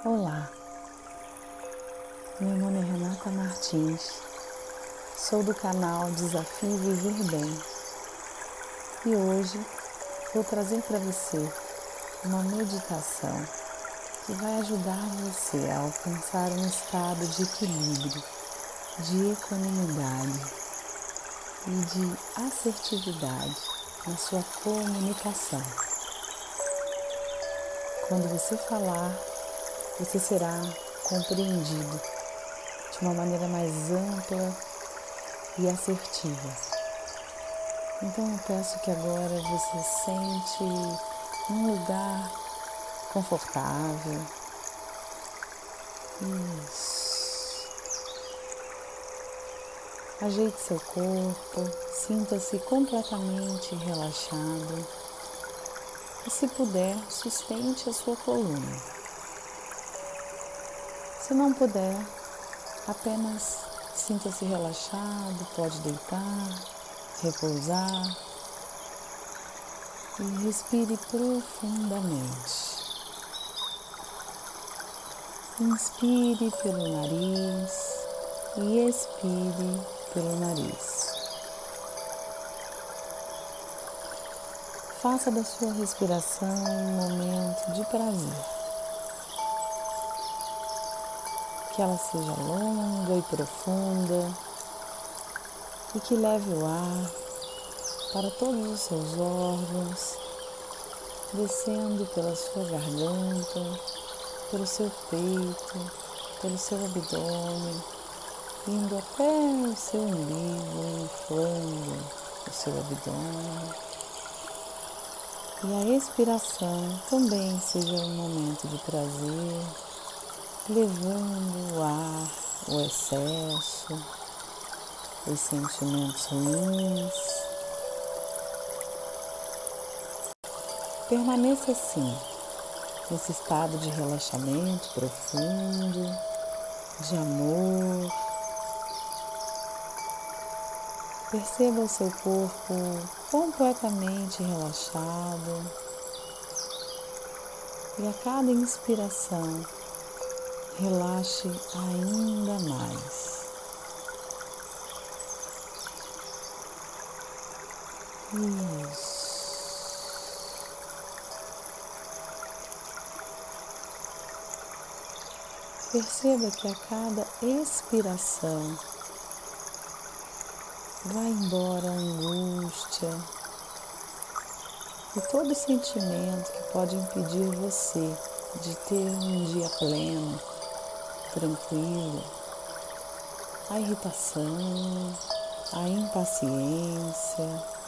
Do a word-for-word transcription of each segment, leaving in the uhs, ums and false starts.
Olá, meu nome é Renata Martins, sou do canal Desafio Viver Bem e hoje vou trazer para você uma meditação que vai ajudar você a alcançar um estado de equilíbrio, de equanimidade e de assertividade na sua comunicação. Quando você falar, você será compreendido de uma maneira mais ampla e assertiva. Então eu peço que agora você sente um lugar confortável. Isso. Ajeite seu corpo, sinta-se completamente relaxado e, se puder, sustente a sua coluna. Se não puder, apenas sinta-se relaxado, pode deitar, repousar e respire profundamente. Inspire pelo nariz e expire pelo nariz. Faça da sua respiração um momento de prazer. Que ela seja longa e profunda e que leve o ar para todos os seus órgãos, descendo pela sua garganta, pelo seu peito, pelo seu abdômen, indo até o seu umbigo, inflando o seu abdômen. E a expiração também seja um momento de prazer, levando o ar, o excesso, os sentimentos ruins. Permaneça assim, nesse estado de relaxamento profundo, de amor. Perceba o seu corpo completamente relaxado e a cada inspiração relaxe ainda mais. Isso. Perceba que a cada expiração vai embora a angústia e todo sentimento que pode impedir você de ter um dia pleno, tranquilo, a irritação, a impaciência.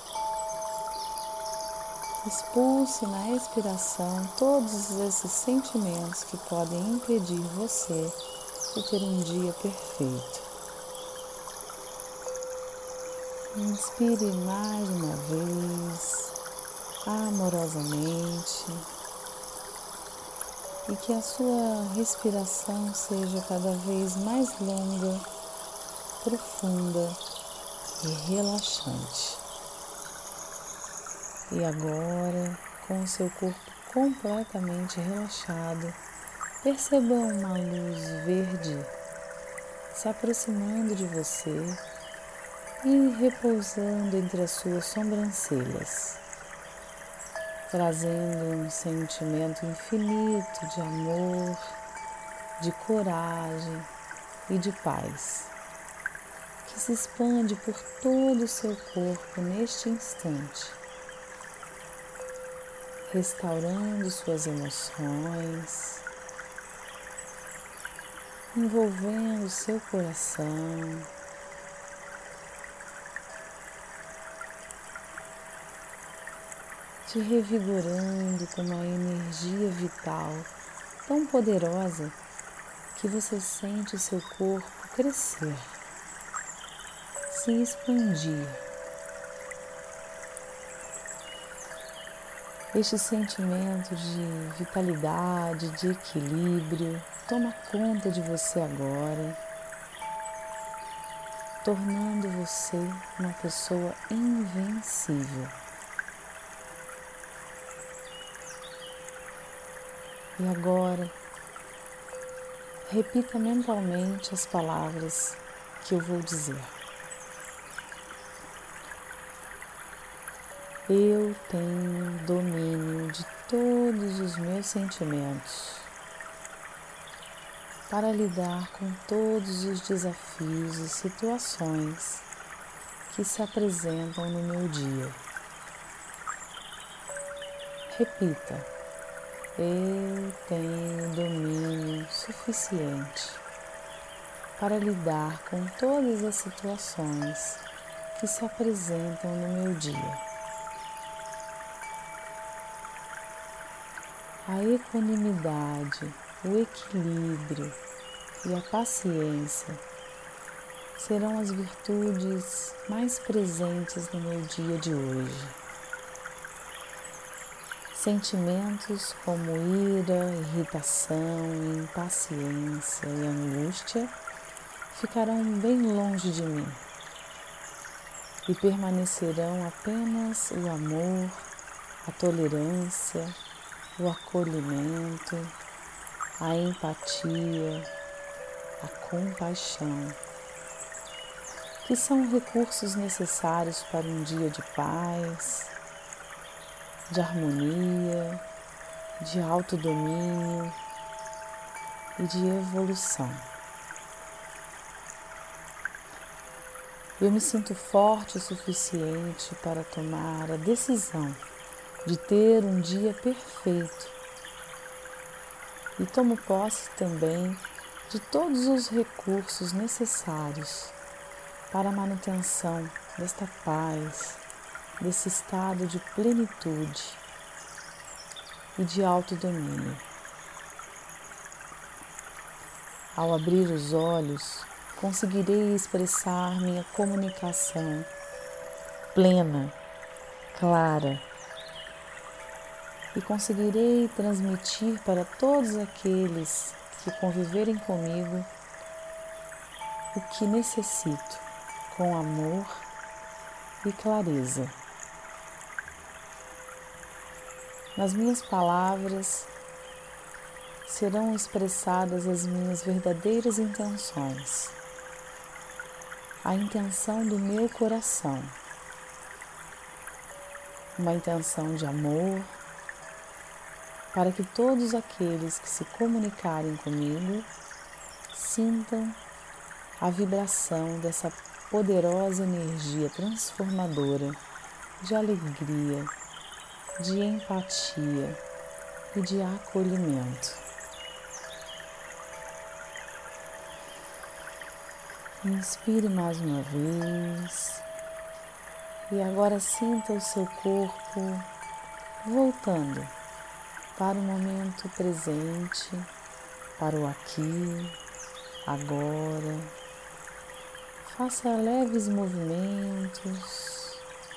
Expulse na expiração todos esses sentimentos que podem impedir você de ter um dia perfeito. Inspire mais uma vez, amorosamente, e que a sua respiração seja cada vez mais longa, profunda e relaxante. E agora, com o seu corpo completamente relaxado, perceba uma luz verde se aproximando de você e repousando entre as suas sobrancelhas, trazendo um sentimento infinito de amor, de coragem e de paz, que se expande por todo o seu corpo neste instante, restaurando suas emoções, envolvendo seu coração, te revigorando com uma energia vital tão poderosa que você sente o seu corpo crescer, se expandir. Este sentimento de vitalidade, de equilíbrio, toma conta de você agora, tornando você uma pessoa invencível. E agora, repita mentalmente as palavras que eu vou dizer. Eu tenho domínio de todos os meus sentimentos para lidar com todos os desafios e situações que se apresentam no meu dia. Repita: eu tenho domínio suficiente para lidar com todas as situações que se apresentam no meu dia. A equanimidade, o equilíbrio e a paciência serão as virtudes mais presentes no meu dia de hoje. Sentimentos como ira, irritação, impaciência e angústia ficarão bem longe de mim e permanecerão apenas o amor, a tolerância, o acolhimento, a empatia, a compaixão, que são recursos necessários para um dia de paz, de harmonia, de autodomínio e de evolução. Eu me sinto forte o suficiente para tomar a decisão de ter um dia perfeito e tomo posse também de todos os recursos necessários para a manutenção desta paz, desse estado de plenitude e de autodomínio. Ao abrir os olhos, conseguirei expressar minha comunicação plena, clara, e conseguirei transmitir para todos aqueles que conviverem comigo o que necessito, com amor e clareza. Nas minhas palavras serão expressadas as minhas verdadeiras intenções, a intenção do meu coração, uma intenção de amor, para que todos aqueles que se comunicarem comigo sintam a vibração dessa poderosa energia transformadora de alegria, de empatia e de acolhimento. Inspire mais uma vez e agora sinta o seu corpo voltando para o momento presente, para o aqui, agora. Faça leves movimentos,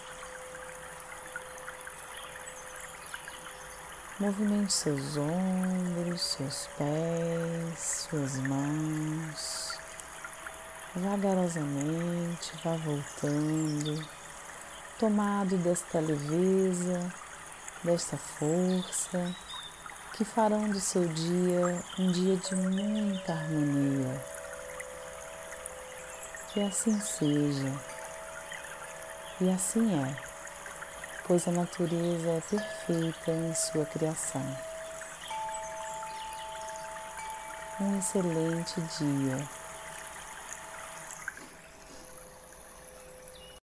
movimente seus ombros, seus pés, suas mãos. Vagarosamente vá voltando, tomado desta leveza, desta força, que farão do seu dia um dia de muita harmonia. Que assim seja, e assim é, pois a natureza é perfeita em sua criação. Um excelente dia.